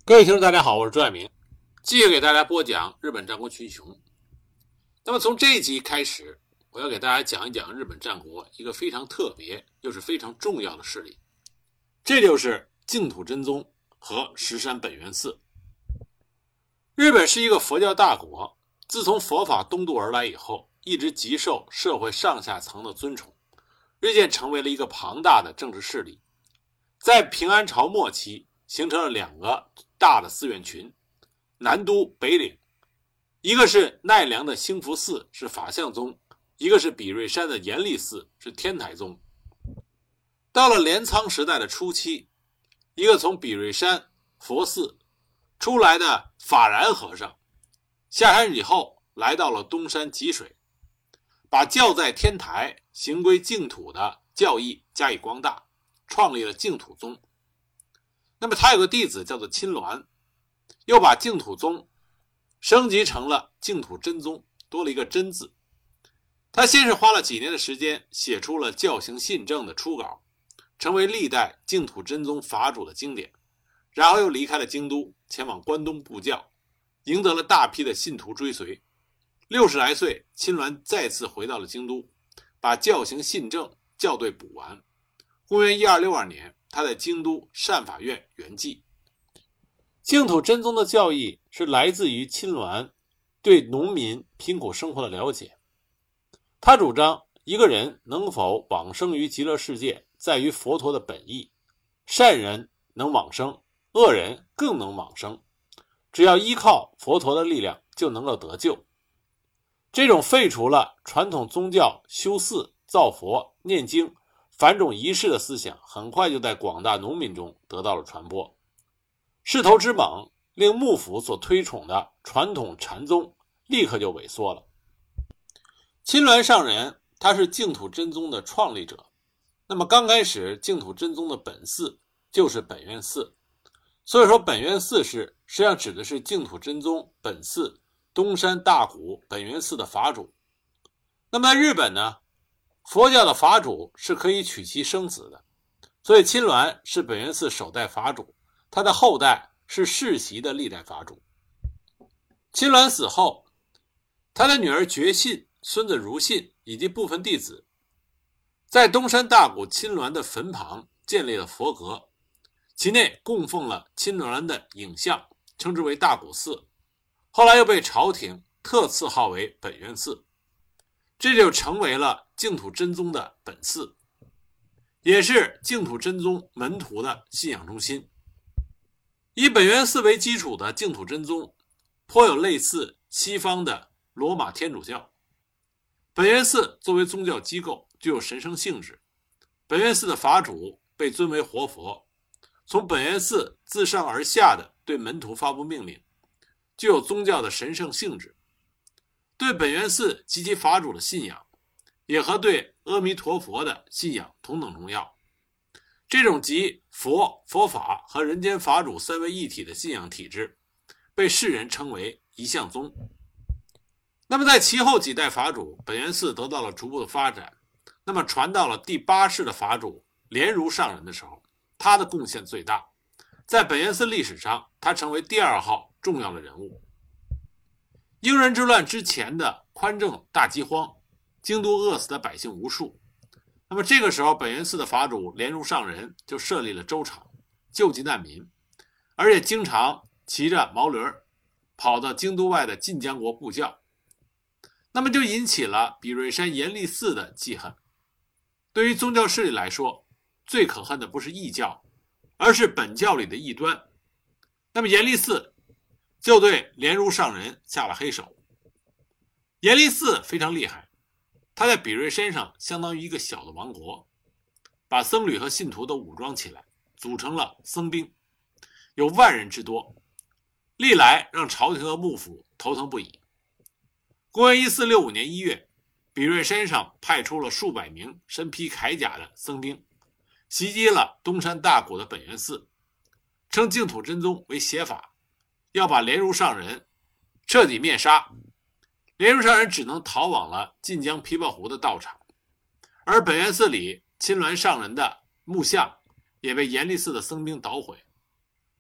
各位听众大家好，我是朱爱明，继续给大家播讲日本战国群雄。那么从这一集开始，我要给大家讲一讲日本战国一个非常特别又是非常重要的势力，这就是净土真宗和石山本愿寺。日本是一个佛教大国，自从佛法东渡而来以后，一直极受社会上下层的尊崇，日渐成为了一个庞大的政治势力。在平安朝末期，形成了两个大的寺院群，南都北岭，一个是奈良的兴福寺是法相宗，一个是比瑞山的延历寺是天台宗。到了镰仓时代的初期，一个从比瑞山佛寺出来的法然和尚下山以后，来到了东山吉水，把教在天台行归净土的教义加以光大，创立了净土宗。那么他有个弟子叫做亲鸾，又把净土宗升级成了净土真宗，多了一个真字。他先是花了几年的时间写出了教行信证的初稿，成为历代净土真宗法主的经典，然后又离开了京都，前往关东布教，赢得了大批的信徒追随。60来岁，亲鸾再次回到了京都，把教行信证校对补完。公元1262年，他在京都善法院圆寂。净土真宗的教义是来自于亲鸾对农民贫苦生活的了解。他主张一个人能否往生于极乐世界，在于佛陀的本意。善人能往生，恶人更能往生，只要依靠佛陀的力量就能够得救。这种废除了传统宗教修寺、造佛、念经繁种仪式的思想，很快就在广大农民中得到了传播。势头之猛，令幕府所推崇的传统禅宗立刻就萎缩了。亲鸾上人他是净土真宗的创立者，那么刚开始净土真宗的本寺就是本愿寺，所以说本愿寺实际上指的是净土真宗本寺东山大谷本愿寺的法主。那么在日本呢，佛教的法主是可以娶妻生子的，所以亲鸾是本愿寺首代法主，他的后代是世袭的历代法主。亲鸾死后，他的女儿觉信、孙子如信以及部分弟子在东山大谷亲鸾的坟旁建立了佛阁，其内供奉了亲鸾的影像，称之为大谷寺，后来又被朝廷特赐号为本愿寺，这就成为了净土真宗的本寺，也是净土真宗门徒的信仰中心。以本愿寺为基础的净土真宗颇有类似西方的罗马天主教。本愿寺作为宗教机构具有神圣性质，本愿寺的法主被尊为活佛，从本愿寺自上而下的对门徒发布命令，具有宗教的神圣性质。对本愿寺及其法主的信仰也和对阿弥陀佛的信仰同等重要。这种集佛、佛法和人间法主三位一体的信仰体制被世人称为一相宗。那么在其后几代法主，本愿寺得到了逐步的发展，那么传到了第8世的法主莲如上人的时候，他的贡献最大，在本愿寺历史上他成为第2号重要的人物。英人之乱之前的宽政大饥荒，京都饿死的百姓无数，那么这个时候本愿寺的法主莲如上人就设立了粥厂，救济难民，而且经常骑着毛驴跑到京都外的晋江国布教，那么就引起了比瑞山延历寺的记恨。对于宗教势力来说，最可恨的不是异教，而是本教里的异端。那么延历寺就对莲如上人下了黑手。延历寺非常厉害，他在比瑞山上相当于一个小的王国，把僧侣和信徒都武装起来，组成了僧兵，有10000人之多，历来让朝廷和幕府头疼不已。公元1465年1月，比瑞山上派出了数百名身披铠甲的僧兵，袭击了东山大谷的本愿寺，称净土真宗为邪法，要把莲如上人彻底灭杀。莲如上人只能逃往了晋江琵琶湖的道场，而本愿寺里亲鸾上人的木像也被延历寺的僧兵捣毁。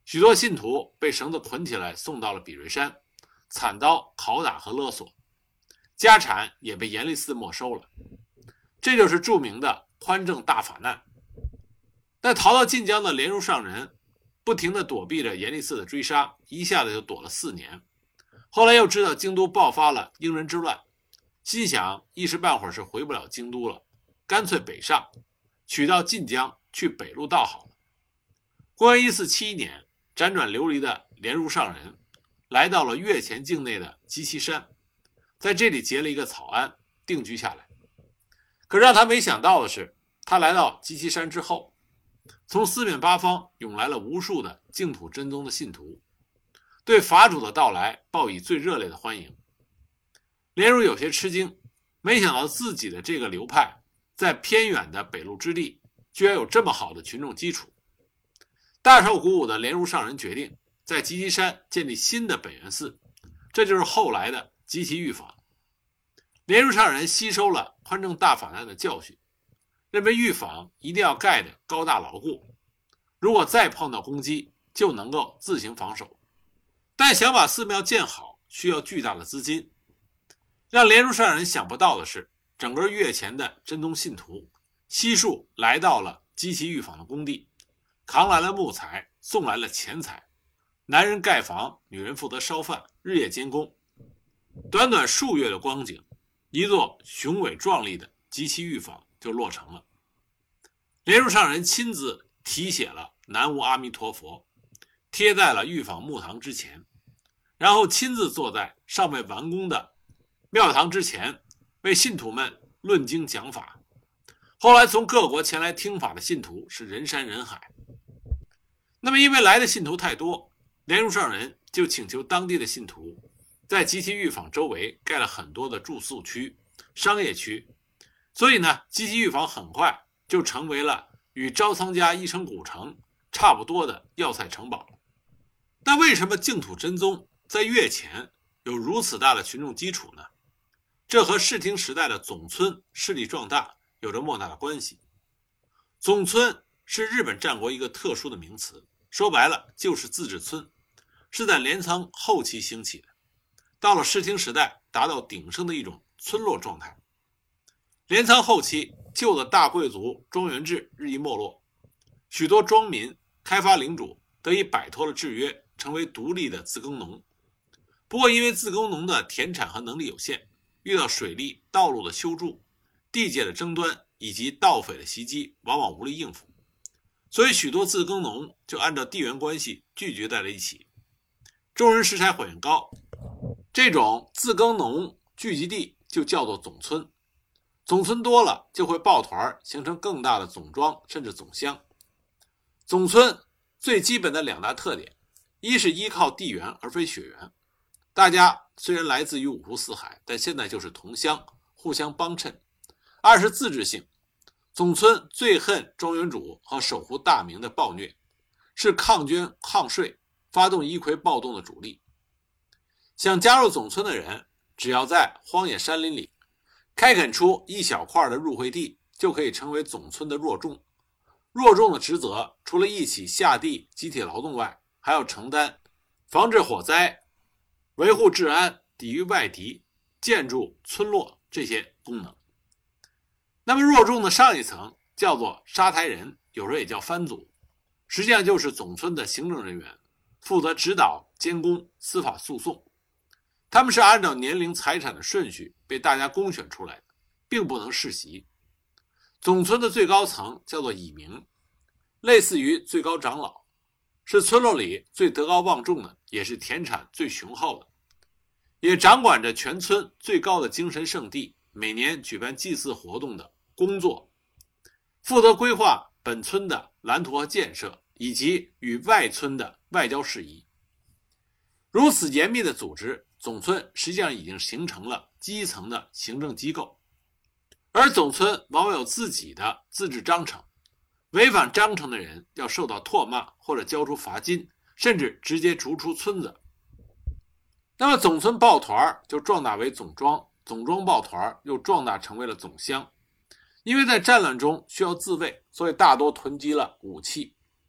许多信徒被绳子捆起来送到了比瑞山，惨遭拷打和勒索，家产也被严立寺没收了。这就是著名的宽政大法难。但逃到晋江的莲如上人不停地躲避着严立寺的追杀，一下子就躲了4年。后来又知道京都爆发了英人之乱，心想一时半会儿是回不了京都了，干脆北上，取到晋江去北路道好了。公元1471年，辗转流离的莲如上人来到了越前境内的鸡岐山，在这里结了一个草庵，定居下来。可让他没想到的是，他来到鸡岐山之后，从四面八方涌来了无数的净土真宗的信徒，对法主的到来报以最热烈的欢迎。莲如有些吃惊，没想到自己的这个流派在偏远的北路之地居然有这么好的群众基础。大受鼓舞的莲如上人决定在鸡岐山建立新的本愿寺，这就是后来的鸡岐御坊。莲如上人吸收了宽政大法难的教训，认为御坊一定要盖得高大牢固，如果再碰到攻击就能够自行防守。但想把寺庙建好需要巨大的资金。让莲如上人想不到的是，整个越前的真宗信徒悉数来到了鸡岐御坊的工地，扛来了木材，送来了钱财，男人盖房，女人负责烧饭，日夜监工。短短数月的光景，一座雄伟壮丽的鸡岐御坊就落成了。莲如上人亲自题写了南无阿弥陀佛，贴在了御坊木堂之前，然后亲自坐在尚未完工的庙堂之前，为信徒们论经讲法。后来从各国前来听法的信徒是人山人海。那么因为来的信徒太多，莲如上人就请求当地的信徒在鸡岐御坊周围盖了很多的住宿区、商业区，所以呢，鸡岐御坊很快就成为了与招仓家一城古城差不多的要塞城堡了。但为什么净土真宗在越前有如此大的群众基础呢？这和室町时代的总村势力壮大有着莫大的关系。总村是日本战国一个特殊的名词，说白了就是自治村，是在镰仓后期兴起的，到了室町时代达到鼎盛的一种村落状态。镰仓后期，旧的大贵族庄园制日益没落，许多庄民、开发领主得以摆脱了制约，成为独立的自耕农。不过因为自耕农的田产和能力有限，遇到水利、道路的修筑、地界的争端以及盗匪的袭击，往往无力应付，所以许多自耕农就按照地缘关系聚集在了一起。众人拾柴火焰高，这种自耕农聚集地就叫做总村。总村多了就会抱团，形成更大的总庄甚至总乡。总村最基本的2大特点，一是依靠地缘而非血缘，大家虽然来自于五湖四海，但现在就是同乡，互相帮衬。二是自治性，总村最恨庄园主和守护大名的暴虐，是抗捐抗税、发动一揆暴动的主力。想加入总村的人，只要在荒野山林里开垦出一小块的入会地，就可以成为总村的弱众。弱众的职责除了一起下地集体劳动外，还要承担防治火灾、维护治安、抵御外敌、建筑村落这些功能。那么弱众的上一层叫做沙台人，有时候也叫藩组，实际上就是总村的行政人员，负责指导、监工、司法诉讼。他们是按照年龄、财产的顺序被大家公选出来的，并不能世袭。总村的最高层叫做乙名，类似于最高长老，是村落里最德高望重的，也是田产最雄厚的，也掌管着全村最高的精神圣地，每年举办祭祀活动的工作，负责规划本村的蓝图和建设，以及与外村的外交事宜。如此严密的组织，总村实际上已经形成了基层的行政机构。而总村往往有自己的自治章程，违反章程的人要受到唾骂或者交出罚金，甚至直接逐出村子。那么总村抱团就壮大为总庄，总庄抱团又壮大成为了总乡。因为在战乱中需要自卫，所以大多囤积了武器。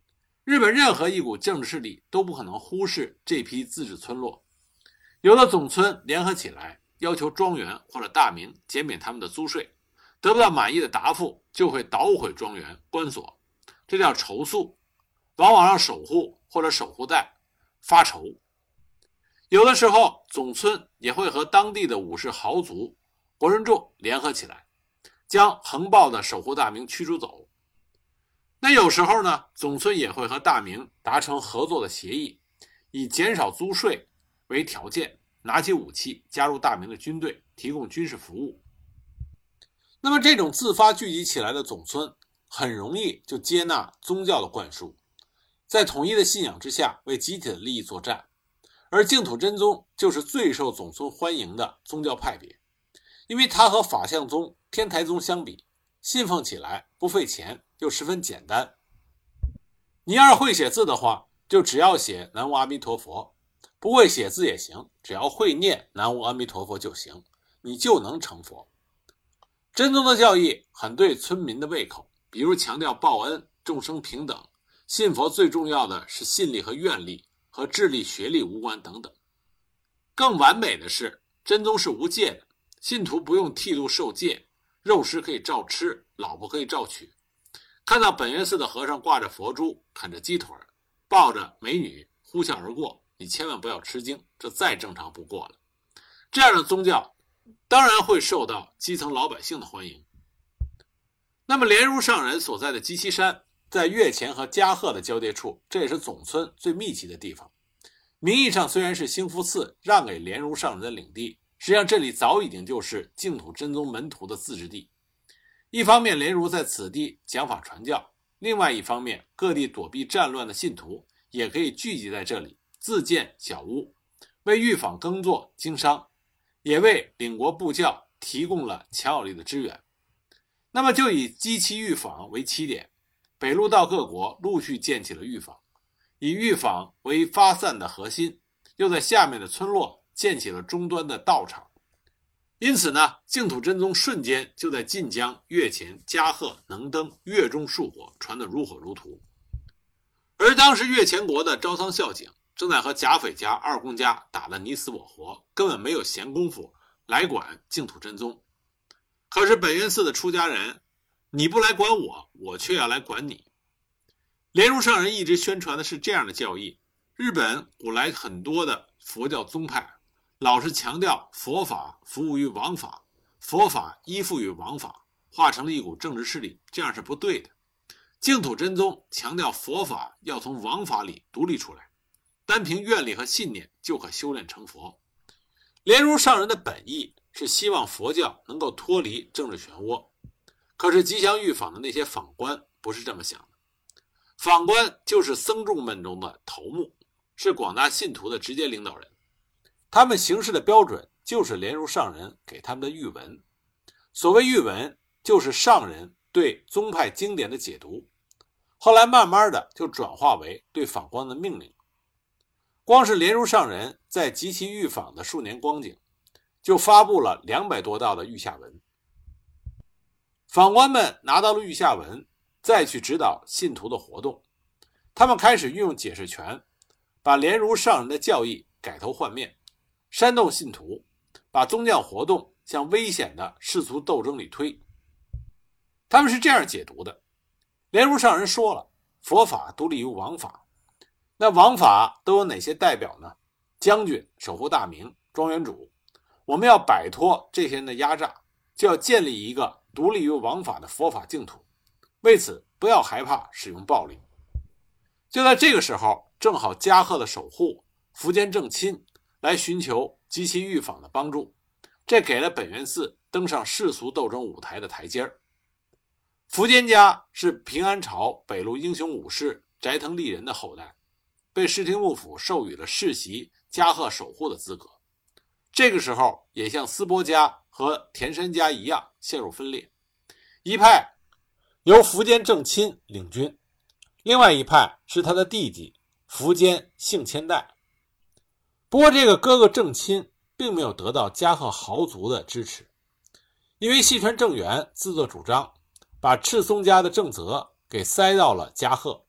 日本任何一股政治势力都不可能忽视这批自治村落。有的总村联合起来要求庄园或者大名减免他们的租税，得不到满意的答复就会捣毁庄园关锁，这叫仇诉，往往让守护或者守护代发愁。有的时候总村也会和当地的武士豪族国人众联合起来，将横暴的守护大名驱逐走。那有时候呢，总村也会和大名达成合作的协议，以减少租税为条件，拿起武器加入大名的军队，提供军事服务。那么这种自发聚集起来的总村很容易就接纳宗教的灌输，在统一的信仰之下为集体的利益作战。而净土真宗就是最受总村欢迎的宗教派别，因为它和法相宗、天台宗相比，信奉起来不费钱又十分简单。你要是会写字的话，就只要写南无阿弥陀佛，不会写字也行，只要会念南无阿弥陀佛就行，你就能成佛。真宗的教义很对村民的胃口，比如强调报恩、众生平等，信佛最重要的是信力和愿力，和智力、学历无关等等。更完美的是，真宗是无戒的，信徒不用剃度受戒，肉食可以照吃，老婆可以照娶。看到本愿寺的和尚挂着佛珠，啃着鸡腿，抱着美女呼啸而过，你千万不要吃惊，这再正常不过了。这样的宗教当然会受到基层老百姓的欢迎。那么莲如上人所在的鸡岐山，在越前和加贺的交界处，这也是总村最密集的地方。名义上虽然是兴福寺让给莲如上人的领地，实际上这里早已经就是净土真宗门徒的自治地。一方面莲如在此地讲法传教，另外一方面各地躲避战乱的信徒也可以聚集在这里，自建小屋，为御坊耕作经商，也为领国布教提供了强有力的支援。那么就以鸡岐御坊为起点，北陆到各国陆续建起了御坊，以御坊为发散的核心，又在下面的村落建起了终端的道场。因此呢，净土真宗瞬间就在晋江、越前、加贺、能登、越中数国传得如火如荼。而当时越前国的招仓孝景正在和甲斐家、二公家打得你死我活，根本没有闲工夫来管净土真宗。可是本愿寺的出家人，你不来管我，我却要来管你。莲如上人一直宣传的是这样的教义。日本古来很多的佛教宗派老是强调佛法服务于王法，佛法依附于王法，化成了一股政治势力，这样是不对的。净土真宗强调佛法要从王法里独立出来，单凭愿力和信念就可修炼成佛。莲如上人的本意是希望佛教能够脱离政治漩涡，可是吉祥御坊的那些坊官不是这么想的。坊官就是僧众们中的头目，是广大信徒的直接领导人，他们行事的标准就是莲如上人给他们的谕文。所谓谕文，就是上人对宗派经典的解读，后来慢慢的就转化为对坊官的命令。光是莲如上人在吉岐御坊的数年光景，就发布了200多道的谕下文。坊官们拿到了谕下文，再去指导信徒的活动，他们开始运用解释权，把莲如上人的教义改头换面，煽动信徒，把宗教活动向危险的世俗斗争里推。他们是这样解读的：莲如上人说了，佛法独立于王法，那王法都有哪些代表呢？将军、守护大名、庄园主。我们要摆脱这些人的压榨，就要建立一个独立于王法的佛法净土，为此不要害怕使用暴力。就在这个时候，正好加贺的守护福间正亲来寻求吉岐御坊的帮助，这给了本愿寺登上世俗斗争舞台的台阶儿。福间家是平安朝北陆英雄武士斋藤利人的后代，被室町幕府授予了世袭加贺守护的资格。这个时候也像斯波家和田山家一样陷入分裂，一派由福间正亲领军，另外一派是他的弟弟福间幸千代。不过这个哥哥正亲并没有得到加贺豪族的支持，因为细川政元自作主张把赤松家的正则给塞到了加贺，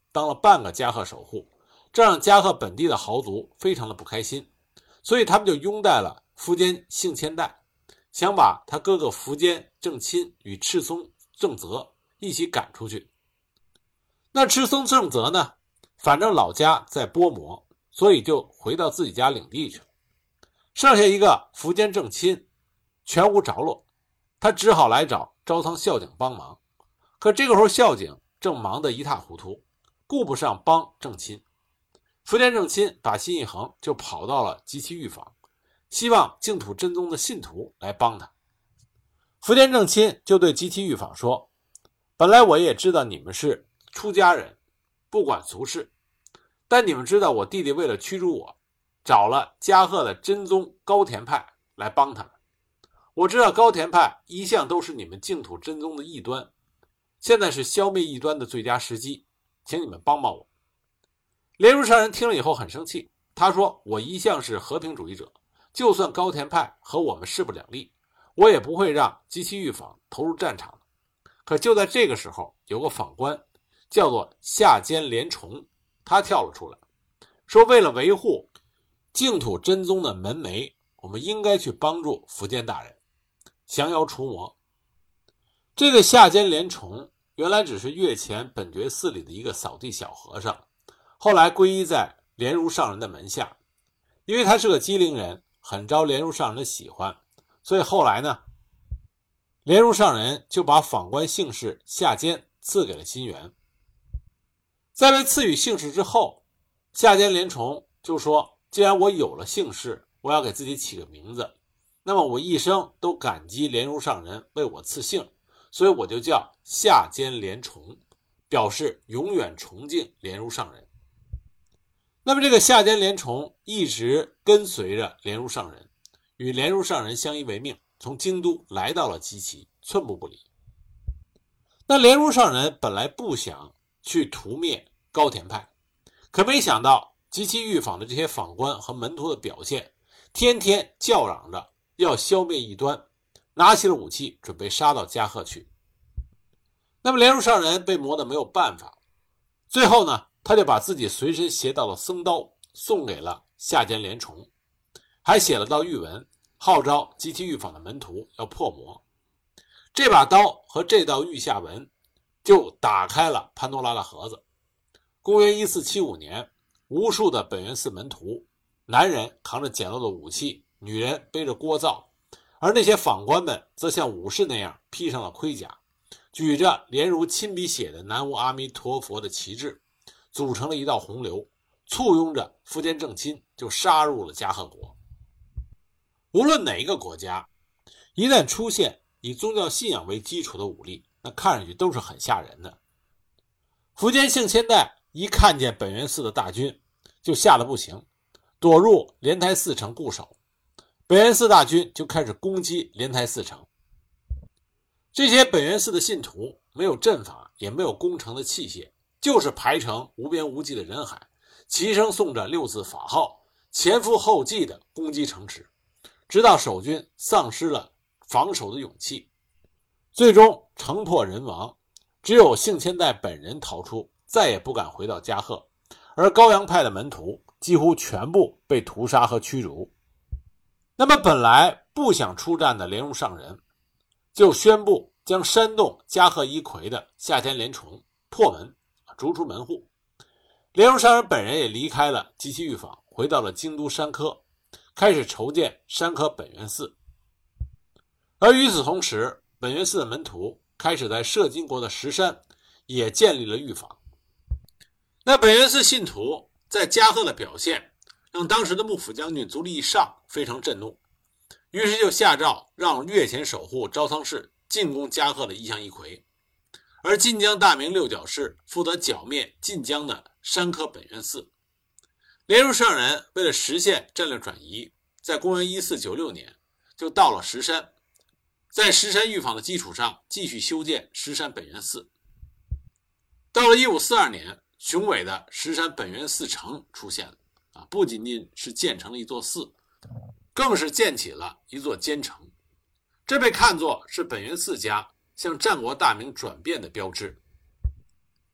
当了半个加贺守护，这让加贺本地的豪族非常的不开心，所以他们就拥戴了苻坚幸千代，想把他哥哥苻坚正亲与赤松正则一起赶出去。那赤松正则呢，反正老家在波摩，所以就回到自己家领地去了。剩下一个苻坚正亲全无着落，他只好来找朝仓孝景帮忙。可这个时候孝景正忙得一塌糊涂，顾不上帮正亲。苻坚正亲把心一横，就跑到了吉崎御坊，希望净土真宗的信徒来帮他。苻坚正亲就对吉崎御坊说，本来我也知道你们是出家人，不管俗事，但你们知道我弟弟为了驱逐我，找了加贺的真宗高田派来帮他们。我知道高田派一向都是你们净土真宗的异端，现在是消灭异端的最佳时机，请你们帮帮我。莲如上人听了以后很生气，他说，我一向是和平主义者，就算高田派和我们势不两立，我也不会让吉崎御坊投入战场。可就在这个时候，有个访官叫做下间连重，他跳了出来，说为了维护净土真宗的门楣，我们应该去帮助苻坚大人降妖除魔。这个下间连重原来只是月前本觉寺里的一个扫地小和尚，后来皈依在莲如上人的门下。因为他是个机灵人，很招莲如上人的喜欢，所以后来呢，莲如上人就把访官姓氏下间赐给了心源。在被赐予姓氏之后，下间连重就说，既然我有了姓氏，我要给自己起个名字，那么我一生都感激莲如上人为我赐姓，所以我就叫下间连重，表示永远崇敬莲如上人。那么这个下间连重一直跟随着莲如上人，与莲如上人相依为命，从京都来到了吉崎，寸步不离。那莲如上人本来不想去屠灭高田派，可没想到吉崎御坊的这些访官和门徒的表现，天天叫嚷着要消灭异端，拿起了武器准备杀到加贺去。那么莲如上人被磨得没有办法，最后呢，他就把自己随身携到的僧刀送给了下间连重，还写了道谕文，号召吉崎御坊的门徒要破魔。这把刀和这道谕下文就打开了潘多拉的盒子。公元1475年，无数的本愿寺门徒，男人扛着简陋的武器，女人背着锅灶，而那些访官们则像武士那样披上了盔甲，举着莲如亲笔写的南无阿弥陀佛的旗帜，组成了一道洪流，簇拥着苻坚正亲就杀入了加贺国。无论哪一个国家，一旦出现以宗教信仰为基础的武力，那看上去都是很吓人的。苻坚幸千代一看见本愿寺的大军，就吓得不行，躲入莲台寺城固守。本愿寺大军就开始攻击莲台寺城。这些本愿寺的信徒没有阵法，也没有攻城的器械，就是排成无边无际的人海，齐声诵着六字法号，前赴后继地攻击城池，直到守军丧失了防守的勇气，最终城破人亡。只有幸千代本人逃出，再也不敢回到加贺，而高阳派的门徒几乎全部被屠杀和驱逐。那么本来不想出战的莲如上人就宣布将煽动加贺一揆的下间连重破门，逐出门户。莲如上人本人也离开了吉崎御坊，回到了京都山科，开始筹建山科本愿寺。而与此同时，本愿寺的门徒开始在摄津国的石山也建立了御坊。那本愿寺信徒在加贺的表现让当时的幕府将军足利义尚非常震怒，于是就下诏让越前守护朝仓氏进攻加贺的义向一揆，而晋江大名六角氏负责剿灭晋江的山科本愿寺。莲如上人为了实现战略转移，在公元1496年就到了石山，在石山御坊的基础上继续修建石山本愿寺。到了1542年，雄伟的石山本愿寺城出现了，不仅仅是建成了一座寺，更是建起了一座坚城。这被看作是本愿寺家向战国大名转变的标志。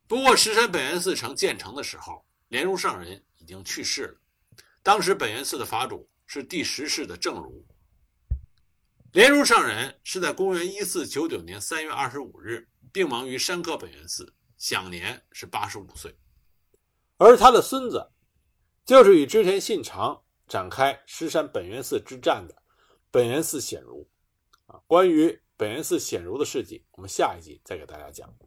不过石山本愿寺城建成的时候，莲如上人已经去世了。当时本愿寺的法主是第10世的正如。莲如上人是在公元1499年3月25日病亡于山科本愿寺，享年是85岁。而他的孙子就是与织田信长展开石山本愿寺之战的本愿寺显如。关于本愿寺显如的事迹，我们下一集再给大家讲。